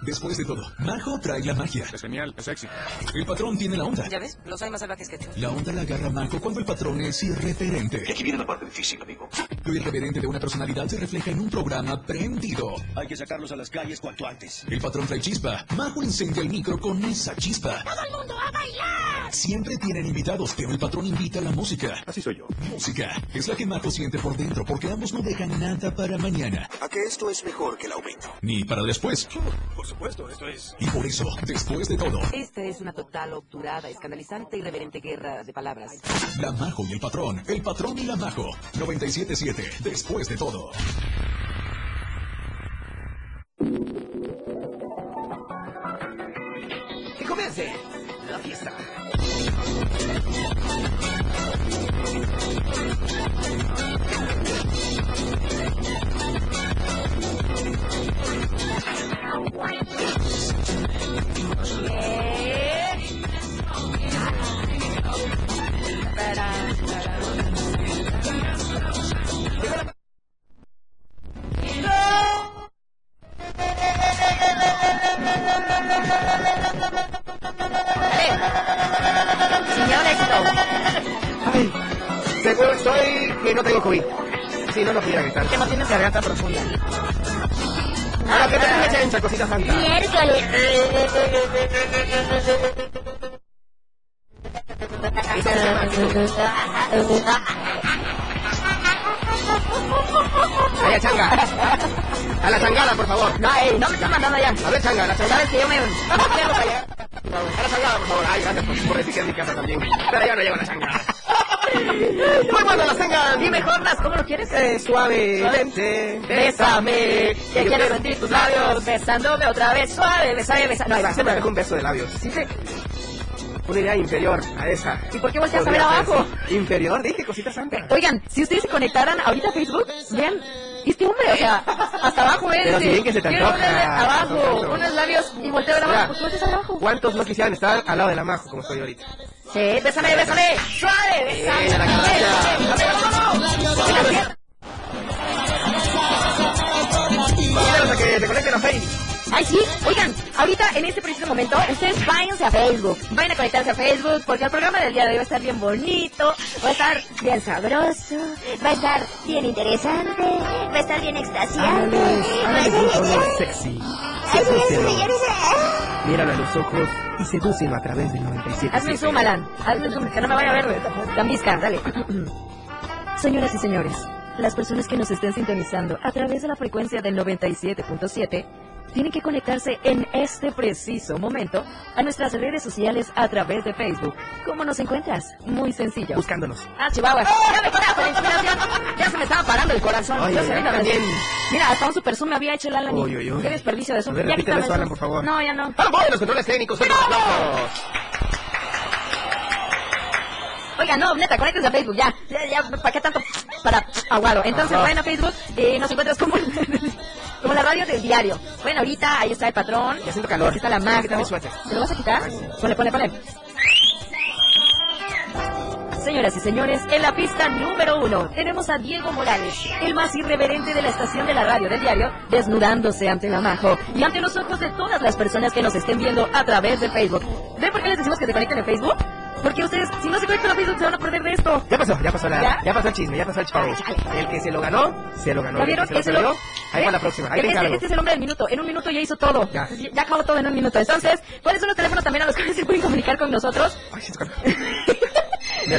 Después de todo, Majo trae la magia. Es genial, es sexy. El patrón tiene la onda. ¿Ya ves? Los hay más salvajes que tú. La onda la agarra Majo cuando el patrón es irreverente. Y aquí viene la parte difícil, amigo. Lo irreverente de una personalidad se refleja en un programa prendido. Hay que sacarlos a las calles cuanto antes. El patrón trae chispa. Majo incendia el micro con esa chispa. ¡Todo el mundo a bailar! Siempre tienen invitados, pero el patrón invita a la música. Así soy yo. Música es la que Majo siente por dentro, porque ambos no dejan nada para mañana. ¿A que esto es mejor que el aumento? Ni para después. Por supuesto, esto es... Y por eso, después de todo, Esta es una total, obturada, escandalizante y irreverente guerra de palabras. la Majo y el patrón y la Majo. 97.7, después de todo. ¡Que comience la fiesta! Señor Éxito. ¡Ay! Seguro estoy que no tengo COVID. Si no, no pudiera gritar. Que no tienes garganta profunda. ¡A que te echen esa cosita santa! Miércoles. ¡Vaya changa! ¡A la changada, por favor! No, no me estás mandando ya. A ver, changa, la changada. Sabes que yo me... ¡Quiero callar! A la changada, por favor. Ay, gracias por decir que es mi casa también. Pero ya no llego a la changada. Muy bueno, las tengan. Dime, Jornas, ¿cómo lo quieres? Suavemente, Bésame, que Yo quiero sentir tus labios besándome otra vez, suave, besame, besame. No, ahí va. Siempre me dejo un beso de labios. Sí, sí. Una idea inferior a esa. ¿Y por qué volteas a ver Podría abajo? ser. Inferior, dije cosita santa. Oigan, si ustedes se conectaran ahorita a Facebook, vean, este hombre, o sea, hasta abajo, Pero si bien que se te quiero antoja. verle abajo, Perfecto. unos labios y volteo a ver Mira, abajo, ¿por qué volteas abajo? ¿Cuántos no quisieran estar al lado de la Majo como estoy ahorita? Sí, bésame, bésame, suave, bésame, la canasta. bésame. Díganos a que se conecten a Facebook. Ay, sí, oigan, ahorita en este preciso momento, ustedes váyanse a Facebook, vayan a conectarse a Facebook, porque el programa del día de hoy va a estar bien bonito, va a estar bien sabroso, va a estar bien interesante, va a estar bien extasiante. Háblales un tono sexy. Sedúcelo. Míralo a los ojos y sedúcelo a través del 97. Hazme zoom, Alan, hazme zoom, que no me vaya a ver, Cambisca, dale. Señoras y señores, las personas que nos estén sintonizando a través de la frecuencia del 97.7 tienen que conectarse en este preciso momento a nuestras redes sociales a través de Facebook. ¿Cómo nos encuentras? Muy sencillo. Buscándonos. Ah, Chihuahua. Ya me paraste la inspiración. Ya se me estaba parando el corazón. Ay, Yo ay, solita me- también. Mira, hasta un super zoom me había hecho el Alan. Uy, uy, uy. Qué desperdicio de zoom. A ver, Ya repítelo quítame eso, el Alan, zoom. por favor. No, ya no. ¡Vamos de los controles técnicos! ¡Fuerte los aplausos! Oiga, no, neta, conéctense a Facebook, ya, ¿para qué tanto? Para aguado. Entonces, Ajá. vayan a Facebook y nos encuentras como, como la radio del diario. Bueno, ahorita ahí está el patrón. Ya siento calor. Aquí está la Quita Magda. mi suéter. ¿Se lo vas a quitar? Ponle. Señoras y señores, en la pista número 1 tenemos a Diego Morales, el más irreverente de la estación de la radio del diario, desnudándose ante la Majo y ante los ojos de todas las personas que nos estén viendo a través de Facebook. ¿Ven por qué les decimos que se conecten en Facebook? Porque ustedes, si no se conectan a Facebook, se van a perder de esto. Ya pasó ¿Ya? ya pasó el chisme, ya pasó el show. Chale. El que se lo ganó, se lo ganó. ¿Ya El que vieron? se lo Ese perdió, lo- ahí ¿Eh? va la próxima. Ahí te Este, encargo. este es el hombre del minuto. En un minuto ya hizo todo. Ya. Ya acabó todo en un minuto. Entonces, ¿cuáles son los teléfonos también a los cuales se pueden comunicar con nosotros? Ay, sí, está- El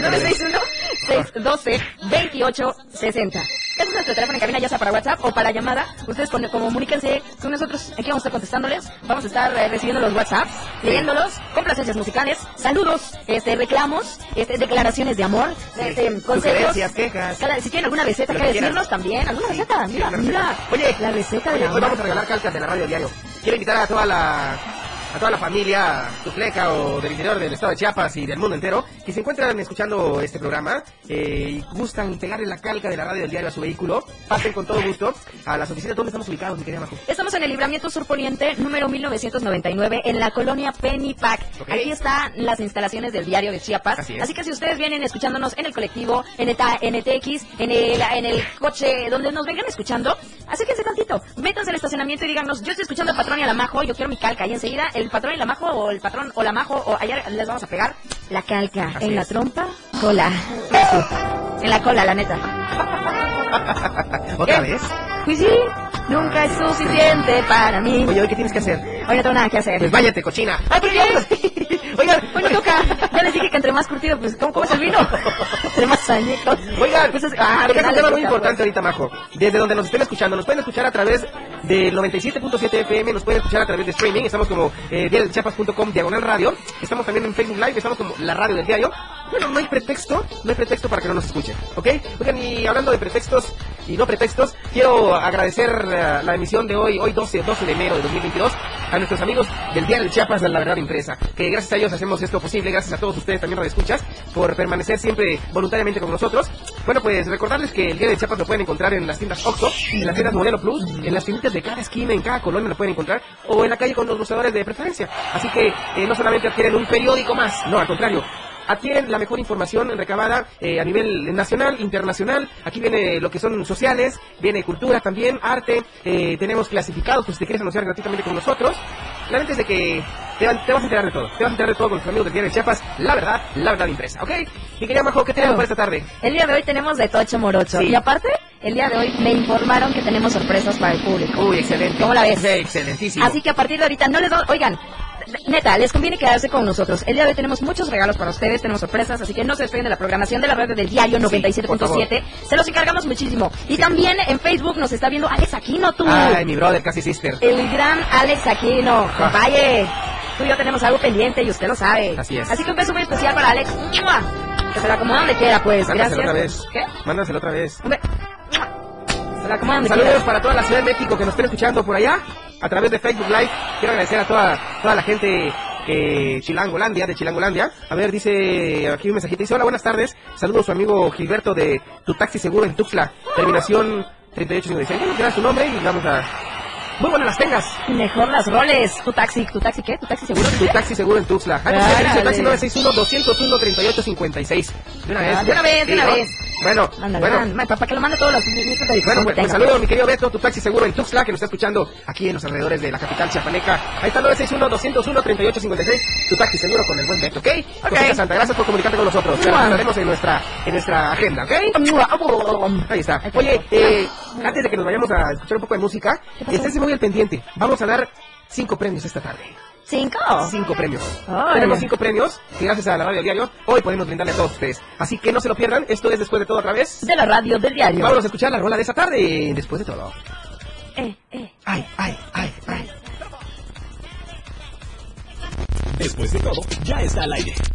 961-612-2860. Este es nuestro teléfono en cabina, ya sea para WhatsApp o para llamada. Ustedes comuníquense con nosotros. Aquí vamos a estar contestándoles. Vamos a estar recibiendo los WhatsApps, leyéndolos, complacencias musicales, saludos, reclamos, declaraciones de amor, consejos. Sugerencias, quejas. Si tienen alguna receta Lo que que decirnos quieras. también, alguna receta. Mira, Una mira. receta. Oye, la receta de Oye, la hoy vamos a regalar calcas de la radio diario. Quiero invitar a toda la familia tufleca o del interior del estado de Chiapas y del mundo entero que se encuentran escuchando este programa y gustan pegarle la calca de la radio del diario a su vehículo. Pasen con todo gusto a las oficinas donde estamos ubicados, mi querida Majo. Estamos en el Libramiento Sur Poniente, número 1999, en la colonia Pennypack. Ok. Aquí están las instalaciones del diario de Chiapas. Así es. Que si ustedes vienen escuchándonos en el colectivo, en el TX, en el coche, donde nos vengan escuchando, acérquense tantito, métanse al estacionamiento y díganos, yo estoy escuchando al patrón y a la Majo, yo quiero mi calca. Y enseguida el patrón y la Majo, o el patrón o la Majo, o allá les vamos a pegar la calca. Así en es. la trompa, cola. Eso. En la cola, la neta. ¿Otra ¿Qué? vez? Pues sí, nunca es suficiente para mí. Oye, ¿hoy qué tienes que hacer? Hoy no tengo nada que hacer. Pues váyate, cochina. ¡Ay, por qué! Oigan, Hoy no toca. Ya les dije que entre más curtido, pues, ¿cómo es el vino? Entre más añicos. Oigan, Pues es- tocaste un dale, tema muy toca, importante pues. ahorita, Majo. Desde donde nos estén escuchando, nos pueden escuchar a través del 97.7 FM, nos pueden escuchar a través de streaming, estamos como diariodelchiapas.com/radio, estamos también en Facebook Live, estamos como la radio del diario. Bueno, no hay pretexto para que no nos escuchen, ¿ok? Oigan, y hablando de pretextos y no pretextos, quiero agradecer la emisión de hoy 12 de enero de 2022, a nuestros amigos del Diario de Chiapas de La Verdad Impresa, que gracias a ellos hacemos esto posible, gracias a todos ustedes también radioescuchas, por permanecer siempre voluntariamente con nosotros. Bueno, pues recordarles que el Diario de Chiapas lo pueden encontrar en las tiendas Oxxo, en las tiendas Modelo Plus, en las tienditas de cada esquina, en cada colonia lo pueden encontrar, o en la calle con los buscadores de preferencia. Así que no solamente adquieren un periódico más, no, al contrario, adquieren la mejor información recabada a nivel nacional, internacional. Aquí viene lo que son sociales, viene cultura también, arte, tenemos clasificados, pues si te quieres anunciar gratuitamente con nosotros. La neta es de que te vas a enterar de todo, con nuestros amigos del Diario de Chiapas, la verdad impresa, ¿ok? Mi querida Majo, ¿qué tenemos para esta tarde? El día de hoy tenemos de Tocho Morocho. Sí. Y aparte, el día de hoy me informaron que tenemos sorpresas para el público. Uy, excelente. ¿Cómo la ves? Sí, excelentísimo. Así que a partir de ahorita no les doy... Oigan, neta, les conviene quedarse con nosotros. El día de hoy tenemos muchos regalos para ustedes, tenemos sorpresas, así que no se despeguen de la programación de la radio del diario Sí, 97.7. Se los encargamos muchísimo. Y también en Facebook nos está viendo Alex Aquino, tú. Ay, mi brother, casi sister. El gran Alex Aquino. Compañe, tú y yo tenemos algo pendiente y usted lo sabe. Así es. Así que un beso muy especial para Alex. ¡Mua! Que se lo acomoda donde quiera, pues. Mándaselo Gracias. otra vez. ¿Qué? Mándaselo otra vez. Hombre. ¡Mua! Se lo acomoda donde Saludos quiera. para toda la Ciudad de México que nos estén escuchando por allá a través de Facebook Live. Quiero agradecer a toda la gente de Chilangolandia. A ver, dice aquí un mensajito. Dice, hola, buenas tardes. Saludos a su amigo Gilberto de Tu Taxi Seguro en Tuxtla. Terminación 3856. Bueno, que era su nombre y vamos a... Muy buenas las tengas. Mejor las roles. ¿Tu taxi qué? ¿Tu taxi seguro? Tu Taxi Seguro en Tuxtla. Ahí está el servicio taxi 961-201-3856. De una vez. De una vez, de una Sí, ¿no? vez. Bueno, Ándale, bueno. para que lo mande todos los Bueno, pues saludos, mi querido Beto, Tu Taxi Seguro en Tuxtla, que nos está escuchando aquí en los alrededores de la capital chiapaneca. Ahí está 961-201-3856, Tu Taxi Seguro con el buen Beto, ¿ok? Cosita Santa, gracias por comunicarte con nosotros. Te agradeceremos en nuestra agenda, ¿ok? Ahí está. Oye, antes de que nos vayamos a escuchar un poco de música, esténse muy al pendiente. Vamos a dar 5 premios esta tarde. 5. 5 premios. Órale. Tenemos 5 premios que gracias a la radio del diario hoy podemos brindarle a todos ustedes. Así que no se lo pierdan, esto es Después de Todo a través De la radio del diario. Vámonos a escuchar la rola de esta tarde, Después de Todo. Eh. Ay. Después de todo, ya está al aire.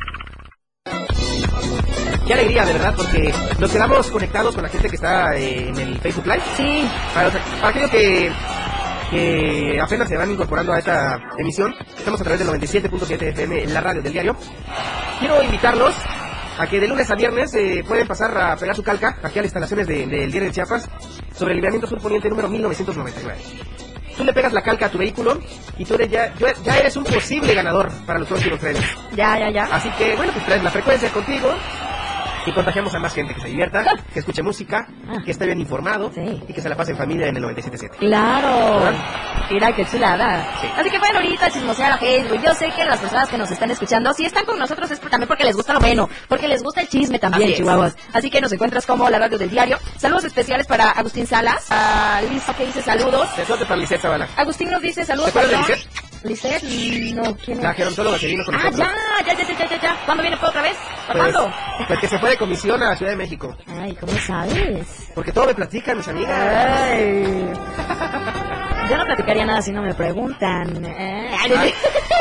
Qué alegría, de verdad, porque nos quedamos conectados con la gente que está en el Facebook Live. Sí. Para aquellos que apenas se van incorporando a esta emisión, estamos a través del 97.7 FM en la radio del diario. Quiero invitarlos a que de lunes a viernes pueden pasar a pegar su calca aquí a las instalaciones del Diario de Chiapas sobre el libramiento sur poniente número 1999. Tú le pegas la calca a tu vehículo y tú ya eres un posible ganador para los próximos premios. Ya. Así que, bueno, pues traes la frecuencia contigo y contagiamos a más gente que se divierta, que escuche música, que esté bien informado Sí. y que se la pase en familia en el 97.7. Claro. ¿Verdad? Mira qué chulada. Sí. Así que bueno, ahorita chismosear a Facebook. Yo sé que las personas que nos están escuchando, si están con nosotros es también porque les gusta lo bueno, porque les gusta el chisme también, Así es. chihuahuas. Así que nos encuentras como la radio del diario. Saludos especiales para Agustín Salas, a Lisa que dice saludos. Besote para Lisette Zavala. Agustín nos dice saludos. ¿Te acuerdas de patrón. Lisette, no, ¿quién es? La gerontóloga que vino con Ah, nosotros. ya. ¿Cuándo viene otra vez? Pues, ¿Cuándo? pues que se fue de comisión a la Ciudad de México. Ay, ¿cómo sabes? Porque todo me platican mis amigas. Ay. Yo no platicaría nada si no me preguntan. Ay.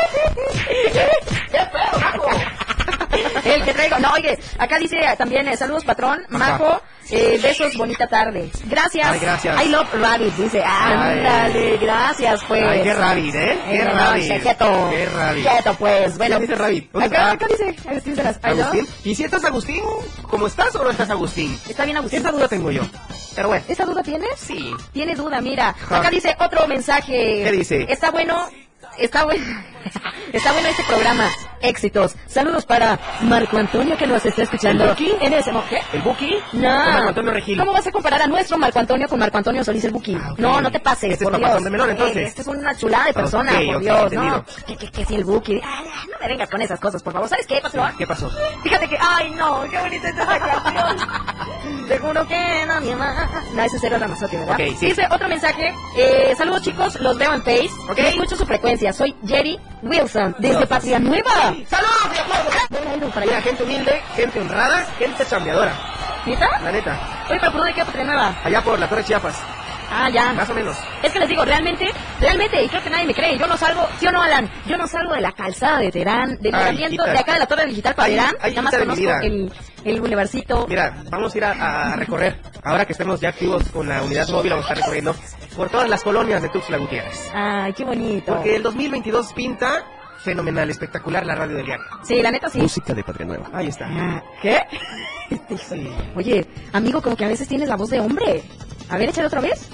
El que traigo. No, oye, acá dice también saludos patrón, Majo, besos, bonita tarde. Gracias. Ay, gracias. I love rabbit, dice. Ándale, gracias pues. Ay, qué rabbit, ¿eh? Qué No, rabbit. quieto. Qué rabbit. Quieto pues. Bueno, ¿Quién dice rabbit? acá dice Agustín Salas. I love. Agustín. ¿Y si estás Agustín? ¿Cómo estás o no estás Agustín? Está bien Agustín. Esa duda tengo yo. Pero bueno. ¿Esa duda tienes? Sí. Tiene duda, mira. Ajá. Acá dice otro mensaje. ¿Qué dice? Está bueno. Está bueno este programa. éxitos. Saludos para Marco Antonio que nos está escuchando. ¿El Buki? En ese ¿qué? ¿El Buki? No. Marco Antonio Regil. ¿Cómo vas a comparar a nuestro Marco Antonio con Marco Antonio Solís el Buki? Ah, ok. No te pases, Este por es Dios. papazón de melón, entonces. Este es una chulada de persona, Ok, por ok, Dios, entendido. ¿no? Que si el Buki. No me vengas con esas cosas, por favor. ¿Sabes qué, patrón? ¿Qué pasó? Fíjate que, ay no, qué bonita es esa canción. Seguro que nadie más. No, ese es Cero Ramazotti, ¿verdad? Ok, sí. Dice otro mensaje. Saludos chicos, los veo en Face. Ok. Escucho su frecuencia. Soy Jerry Wilson, desde Patria Nueva. ¡Saludos y aplausos! Para Mira, allá. gente humilde, gente honrada, gente chambeadora. ¿Neta? La neta. Oye, pero ¿por dónde queda Patria Nueva? Allá por la Torre Chiapas, Ah, ya. más o menos. Es que les digo, realmente, y creo que nadie me cree, yo no salgo, ¿sí o no, Alan? Yo no salgo de la calzada de Terán, del Ay, libramiento, hijita. de acá de la Torre Digital para Ay, Terán, ay, nada más hijita de mi conozco vida. el bulevarcito. Mira, vamos a ir a recorrer, ahora que estemos ya activos con la unidad móvil, vamos a estar recorriendo por todas las colonias de Tuxtla Gutiérrez. Ay, qué bonito. Porque el 2022 pinta fenomenal, espectacular la radio del diario. Sí, la neta sí. Música de Patria Nueva. Ahí está. ¿Qué? Sí. Oye, amigo, como que a veces tienes la voz de hombre. A ver, échale otra vez.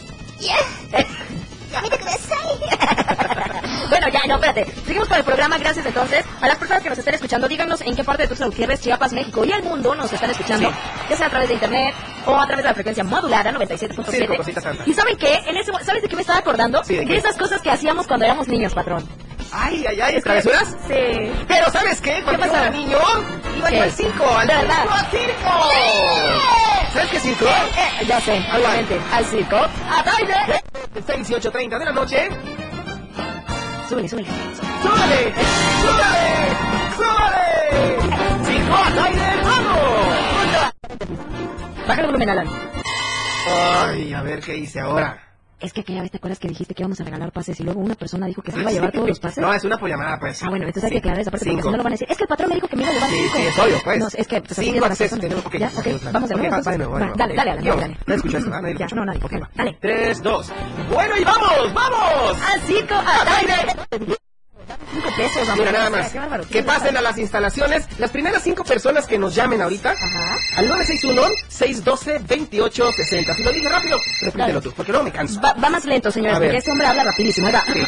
Bueno, ya, no, espérate. Seguimos con el programa. Gracias entonces a las personas que nos estén escuchando. Díganos en qué parte de Tuxtla Gutiérrez, Chiapas, México y el mundo nos están escuchando. Sí. Ya sea a través de internet o a través de la frecuencia modulada Sí, 97.7. cosita santa. ¿Y saben qué? ¿Sabes de qué me estaba acordando? Sí, ¿de qué? esas cosas que hacíamos cuando éramos niños, patrón. Ay, ay, ay, ¿travesuras? Sí. Pero ¿sabes qué? Cuando yo pasó? era niño, iba yo ¿Qué? al circo, al ¿De verdad? circo. ¿Sabes qué circo? Ya sé, obviamente. Al circo. ¡A baile! 6 y 8:30 de la noche. Súbele, súbele. ¡Súbale! ¡Súbale! ¡Súbale! ¡Circo al aire, vamos! Baja el volumen, Alan. Ay, a ver qué hice ahora. Es que aquella vez te acuerdas que dijiste que íbamos a regalar pases y luego una persona dijo que se iba a llevar todos los pases. No, es una por llamada, pues. Ah, bueno, entonces hay que aclarar esa parte porque si 5. no lo van a decir. Es que el patrón me dijo que me iba a llevar Sí, 5. sí, es obvio, pues. No, es que pues, así 5 es la accesos persona. tenemos. Ok, Ya, ok, vamos de nuevo. Ok, va de nuevo, va de Va, nuevo. dale, dale, Alan, Yo, dale. no escucho eso, ¿ah? Nadie lo Ya, escucha. no, nadie. Ok, va. Dale. 3, 2. Bueno, y vamos, vamos. Al circo, al baile. 5 pesos, vamos. Mira, nada más. Qué bárbaro. Que pasen a las instalaciones. Las primeras 5 personas que nos llamen ahorita Ajá. al 961-612-2860. Si lo dije rápido, repítelo tú, porque luego me canso. Va más lento, señores, A ver. porque ese hombre habla rapidísimo. Ahí va. Sí.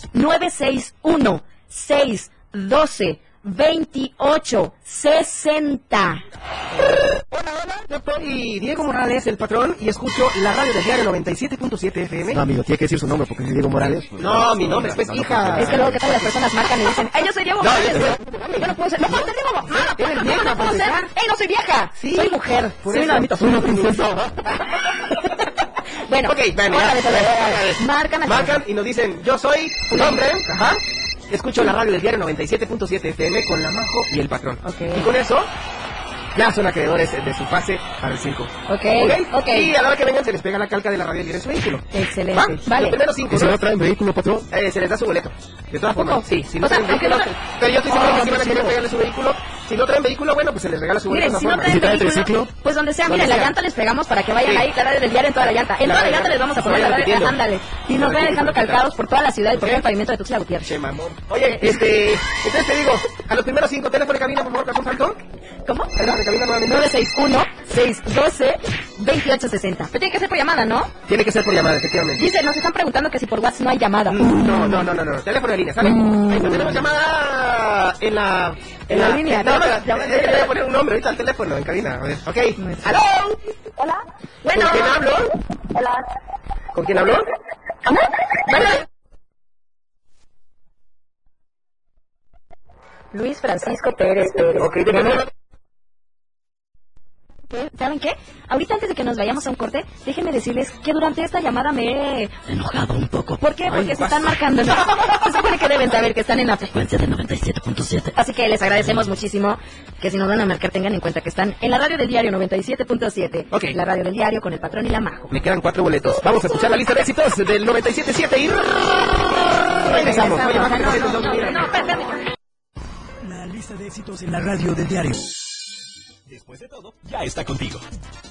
961-612-2860. Yo soy Diego Morales, el patrón, y escucho la radio del diario 97.7 FM. No, amigo, tiene que decir su nombre porque es Diego Morales. Pues, No, mi nombre es pues, hija. Es que luego que tal las personas marcan y dicen, ¡ay, yo soy Diego Morales! Yo no puedo ser, ¡no puedo ser Diego Morales! Eres ¿Cómo vieja, no puedo por ser? empezar. ¡Ey, no soy vieja! Sí. Soy mujer. Por Soy eso. una damita, soy una princesa. Bueno, Ok, bueno, otra ya, vez, otra vez. marcan y nos dicen, yo soy un hombre, ajá. Escucho la radio del diario 97.7 FM con la Majo y el patrón. Ok. Y con eso, ya son acreedores de su pase para el 5. Ok. Y a la hora que vengan se les pega la calca de la radio del diario en su vehículo. Excelente. ¿Va? Vale. Los primeros 5, ¿Y si no traen vehículo, patrón? se les da su boleto. De todas formas, ¿Cómo? sí. Si no O sea, traen vehículo, aunque no- pero yo estoy seguro que si van a sí, querer no. pegarle su vehículo. Si no traen vehículo, bueno, pues se les regala su boleto. Miren, de si no todas traen formas. traen vehículo, triciclo? pues donde sea, Donde miren, la sea. llanta les pegamos para que vayan Sí. ahí, la radio del diario en toda la llanta. En La toda la radio, llanta les vamos a poner vayan la radio, repitiendo. ándale. Y nos vayan dejando calcados por toda la ciudad y por todo el pavimento de Tuxtla Gutiérrez. Che, mamón. Oye, entonces te digo, a los primeros 5 teléfono de cabina, por favor, Cajón Santo. ¿Cómo? Teléfono de cabina nuevamente. 961-612-2860. Pero tiene que ser por llamada, ¿no? Tiene que ser por llamada, efectivamente. Dice, nos están preguntando que si por WhatsApp no hay llamada. No. Teléfono de línea, ¿sale? Ahí está, tenemos llamada en la línea. No, No, le voy a poner un nombre ahorita al teléfono en cabina. A ver, ok. ¿Aló? Hola. Bueno. ¿Con quién hablo? Hola. ¿Con quién hablo? Bueno. Luis Francisco Pérez Pérez. Ok, ¿de qué? ¿Saben qué? Ahorita antes de que nos vayamos a un corte, déjenme decirles que durante esta llamada me he enojado un poco. ¿Por qué? Porque se están marcando. ¿No? Se supone que deben saber que están en la frecuencia de 97.7. Así que les agradecemos muchísimo que si nos van a marcar tengan en cuenta que están en la radio del diario 97.7. Ok. La radio del diario con el patrón y la Majo. Me quedan 4 boletos. Vamos a escuchar la lista de éxitos del 97.7 y regresamos. Oye, No, más que no, 300, no, mira. no, espérame. La lista de éxitos en la radio del diario. Después de todo, ya está contigo.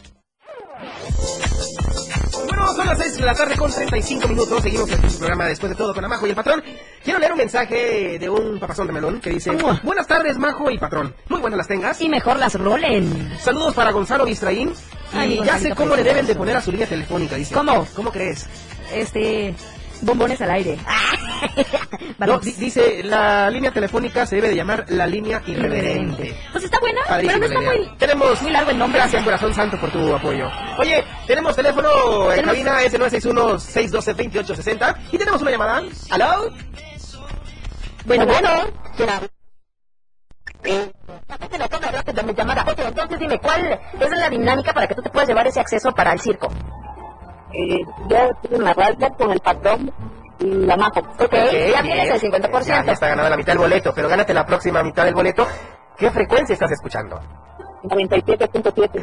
Bueno, son las 6 de la tarde con 35 minutos. Seguimos en su programa Después de todo con la Majo y el patrón. Quiero leer un mensaje de un papazón de melón que dice: buenas tardes, Majo y patrón. Muy buenas las tengas. Y mejor las rolen. Saludos para Gonzalo Bistraín. Ay, Y ya Gonzalito, sé cómo le deben de poner a su línea telefónica, dice. ¿Cómo? ¿Cómo crees? Bombones al aire. No, dice, la línea telefónica se debe de llamar la línea irreverente. Pues está buena, Padrísimo, pero no está muy... Tenemos... muy largo el nombre. Gracias, corazón santo, por tu apoyo. Oye, tenemos teléfono en cabina S961-612-2860. Y tenemos una llamada. ¿Aló? Bueno. ¿Quién habla? Mi llamada. Ok, entonces dime, ¿cuál es la dinámica para que tú te puedas llevar ese acceso para el circo? Yo tuve una ralta con el patrón y la majo. Ok, ya tienes el 50%. Ya está ganada la mitad del boleto, pero gánate la próxima mitad del boleto. ¿Qué frecuencia estás escuchando? 97.7.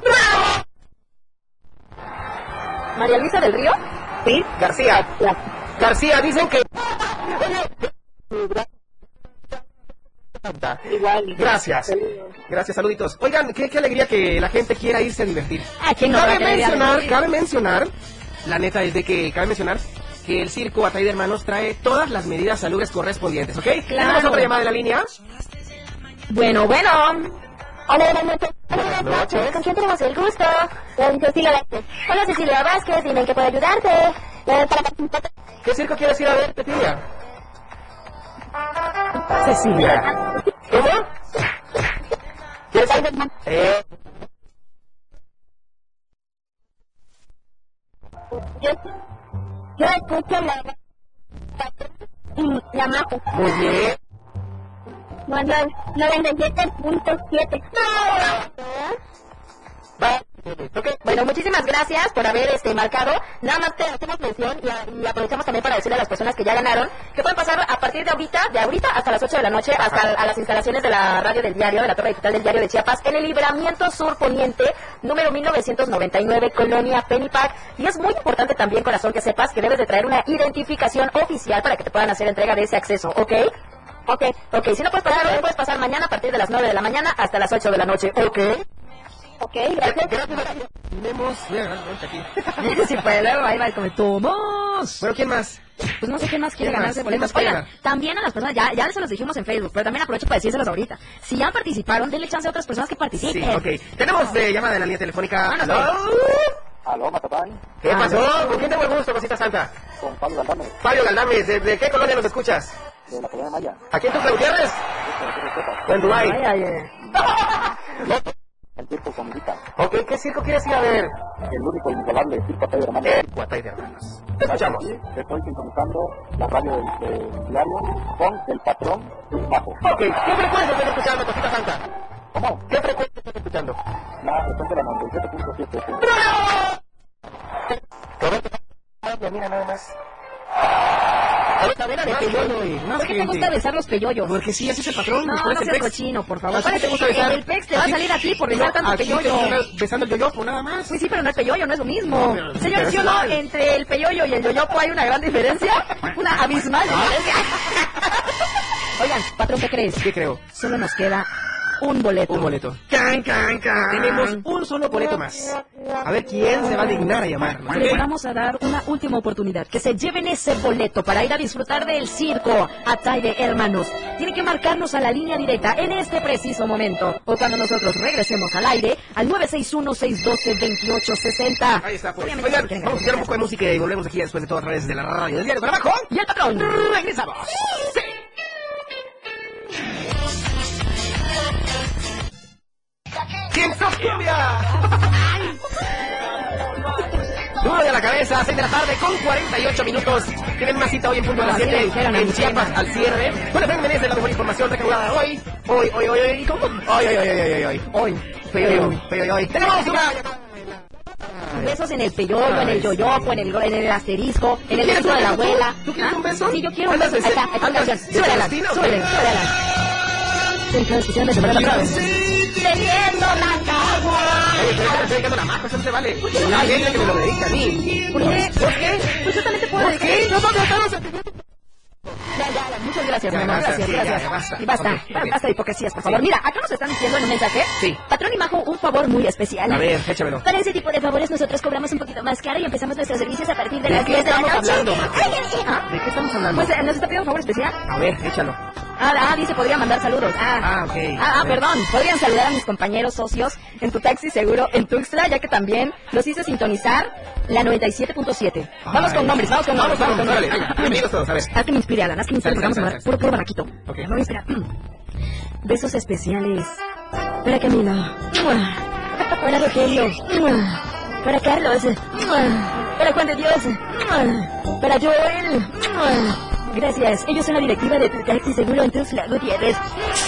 ¿María Luisa del Río? Sí. García. García, dicen que... Igual. Gracias. Gracias, saluditos. Oigan, qué alegría que la gente quiera irse a divertir. ¿Quién no va a querer ir a divertir? Cabe mencionar, la neta es de que cabe mencionar que el circo Atay de Hermanos trae todas las medidas salubres correspondientes, ¿ok? Claro. ¿Tenemos otra llamada de la línea? Bueno. Hola, buenas noches. Buenas noches. ¿Con quién tenemos el gusto? Con Cecilia Vázquez. Hola, Cecilia Vázquez, dime en qué puedo ayudarte. ¿Qué circo quieres ir a ver, Cecilia? Cecilia. ¿Cómo? ¿Quieres ir? Yo escucho la majo. Muy bien. Bueno, 97.7. Va. Ok. Bueno, muchísimas gracias por haber marcado. Nada más te hacemos mención y aprovechamos también para decirle a las personas que ya ganaron que pueden pasar a partir de ahorita hasta las 8 de la noche, hasta a las instalaciones de la radio del diario, de la torre digital del diario de Chiapas, en el Libramiento Sur Poniente, número 1999, Colonia Penipac. Y es muy importante también, corazón, que sepas que debes de traer una identificación oficial para que te puedan hacer entrega de ese acceso, ¿ok? Ok, si no puedes pasar hoy, puedes pasar mañana a partir de las 9 de la mañana hasta las 8 de la noche, ¿ok? Ok, gracias. Tenemos... aquí. Sí, pues luego ahí va como ¡Tomos! Bueno, ¿quién más? Pues no sé quién más quiere ¿Quién ganarse más? boletos. ¿Quién más Oigan, quiere también a las personas, ya se los dijimos en Facebook, pero también aprovecho para decírselos ahorita. Si ya participaron, denle chance a otras personas que participen. Sí, ok. Tenemos llamada de la línea telefónica. Vámonos. ¿Aló? Aló, Matatán, ¿Qué pasó? ¿Con quién tengo el gusto, cosita santa? con Pablo Galdames, Fabio Galdames, ¿de qué colonia nos escuchas? de la Colonia Maya. ¿Aquí en Tuxtla Gutiérrez? En Dubái. El circo Comidita, Ok, ¿qué circo quieres ir a ver? el único inigualable circo Atay de Hermanos. Guatay de Hermanos. Te escuchamos. Estoy sintonizando la radio del diario con el patrón y Majo. Ok, ¿qué frecuencia estás escuchando, cosita santa? ¿Cómo? ¿Qué frecuencia estás escuchando? La frecuencia de la 97.7. Mira nada más. Cadena de Más peyoyo. gente, más ¿Por qué te gente. gusta besar los peyoyos? Porque sí, así es el patrón. No, ¿cuál no es el seas pex? cochino, por favor. ¿A ti te gusta besar? El pex te va a salir aquí por besar tanto Aquí te peyoyo. están besando el yoyopo, nada más. Pues sí, pero no es peyoyo, no es lo mismo. No, pero Señores, ¿sí o no? igual. Entre el peyoyo y el yoyopo hay una gran diferencia. Una abismal diferencia. Oigan, patrón, ¿qué crees? ¿Qué creo? Solo nos queda un boleto. Un boleto. ¡Can, can, can! Tenemos un solo boleto más. A ver quién se va a dignar a llamarnos. Les vamos a dar una última oportunidad. Que se lleven ese boleto para ir a disfrutar del circo Atay de Hermanos. Tienen que marcarnos a la línea directa en este preciso momento. O cuando nosotros regresemos al aire, al 961-612-2860. Ahí está, pues. Obviamente, Oigan, si quieren vamos a ganar. escuchar un poco de música y volvemos aquí después de todo a través de la radio del diario Trabajo. Y el patrón. Regresamos. Sí. ¡Tiempo cumbia! Duro de la cabeza, 6 de la tarde con 48 minutos. Tienen una cita hoy en punto de las Así le 7 dijeron a en mi Chiapas prima. al cierre. Bueno, bienvenidos a la mejor información recaudada hoy. Hoy. Tenemos una... Besos en el peyoyo, en el yoyopo, en el asterisco, en el beso de la abuela. ¿Tú quieres un beso? Sí, yo quiero un ¿Andas beso. de Ahí está, andas de súbele, Alan, Celestino? súbele, Alan. Sí, cada escuchando de semana otra vez. Teniendo la cagua. Estoy dedicando la maja, eso no se vale. Hay gente que me lo dedica a mí. ¿Por qué? ¿Por qué? Pues yo también te puedo ¿Por qué? dedicar. Nosotros estamos... Ya, muchas gracias, Ya, mi amor, basta, gracias, sí, gracias. ya, basta. Y basta, Ok, ok. basta de hipocresías, por favor. Mira, acá nos están diciendo en un mensaje, Sí. patrón y majo, un favor muy especial. A ver, échamelo. Para ese tipo de favores nosotros cobramos un poquito más caro y empezamos nuestros servicios a partir de ¿De las qué 10 de la estamos noche. hablando, Majo? ¿Ah? ¿De qué estamos hablando? Pues nos está pidiendo un favor especial. A ver, échalo. Dice, podría mandar saludos. Ok. Perdón. Podrían saludar a mis compañeros socios en tu taxi seguro en Tuxtla, ya que también los hice sintonizar la 97.7. Vamos con nombres, vamos con nombres. Órale, venga, bienvenidos todos, a ver. Haz que me inspire, Alan, haz que me inspire, porque vamos a hablar puro banaquito. Ok. Me voy a inspirar. Besos especiales para Camilo, para Rogelio, para Carlos, para Juan de Dios, para Joel. Gracias, ellos son la directiva de tu taxi seguro en Tuxtla Gutiérrez.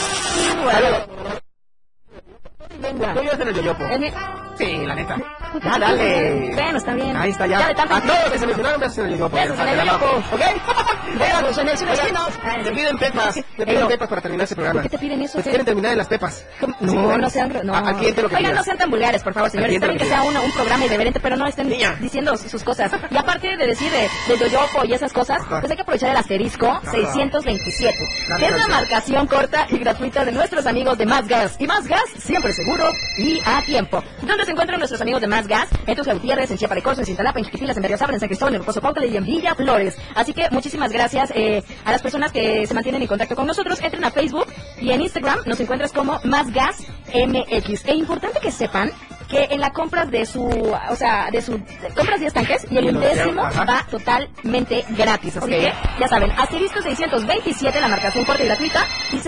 Venga. ¿Tú ibas en el yoyopo? Sí, la neta. Dale. Bueno, está bien. Ahí está ya. Dale, tanto. A todos que se mencionaron besos en el yoyopo. Besos en el yoyopo. ¿Ok? Besos en el yoyopo. Te piden pepas. Te piden pepas para terminar ese programa. ¿Por qué te piden eso? Pues quieren terminar en las pepas. No sean... No. Al cliente lo que Oigan, digas. no sean tan vulgares, por favor, señores. Está bien que sea un programa irreverente, pero no estén Niña. diciendo sus cosas. Y aparte de decir de yoyopo y esas cosas, pues hay que aprovechar el asterisco 627, que es la marcación corta y gratuita de nuestros amigos de Más Gas. Y Más Gas, siempre seguro y a tiempo. ¿Dónde se encuentran nuestros amigos de Más Gas? En Tuxtla Gutiérrez, en Chiaparecorzo, en Cintalapa, en Chiquitilas, en Berriozábal, en San Cristóbal, en Pozo Pautla y en Villa Flores. Así que muchísimas gracias a las personas que se mantienen en contacto con nosotros. Entren a Facebook y en Instagram nos encuentras como Más Gas MX. E importante que sepan que en la compra de compras 10 tanques y el undécimo va totalmente gratis. Así que ya saben, asterisco 627 la marcación corta y gratuita y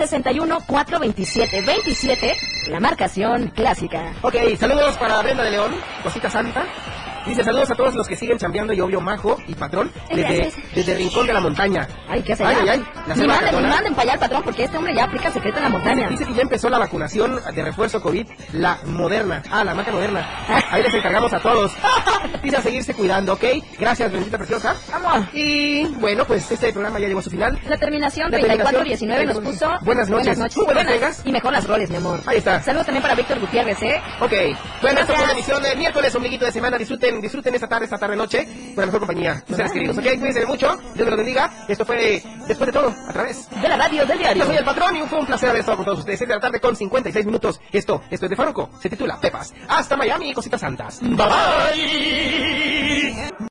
61427 la marcación clásica. Ok, saludos para Brenda de León, Cosita Santa. Dice, saludos a todos los que siguen chambeando y obvio Majo y Patrón desde Rincón de la Montaña. Ay, ¿qué hace Ay, ya? ay, la Ni selva manden cacona. para allá al patrón, porque este hombre ya aplica secreto en la montaña. Dice que ya empezó la vacunación de refuerzo COVID, la Moderna. La marca Moderna. Ahí les encargamos a todos. Dice a seguirse cuidando, ¿ok? Gracias, bendita preciosa. Vamos. Y bueno, pues este programa ya llegó a su final. La terminación La 3419 nos puso Buenas noches. Muy buenas Vegas. y mejor las roles, mi amor. Ahí está. Saludos también para Víctor Gutiérrez, Ok, bueno, esta fue Gracias. la emisión de miércoles, ombliguito de semana. Disfruten esta tarde noche con la mejor compañía. Sus seres queridos, ok, cuídense mucho. Dios me los bendiga. Esto fue Después de Todo, a través de la radio del diario. Yo soy el Patrón y fue un placer haber estado con todos ustedes. 6 de la tarde con 56 minutos. Esto es de Farruko. Se titula Pepas. Hasta Miami, cositas santas. Bye bye.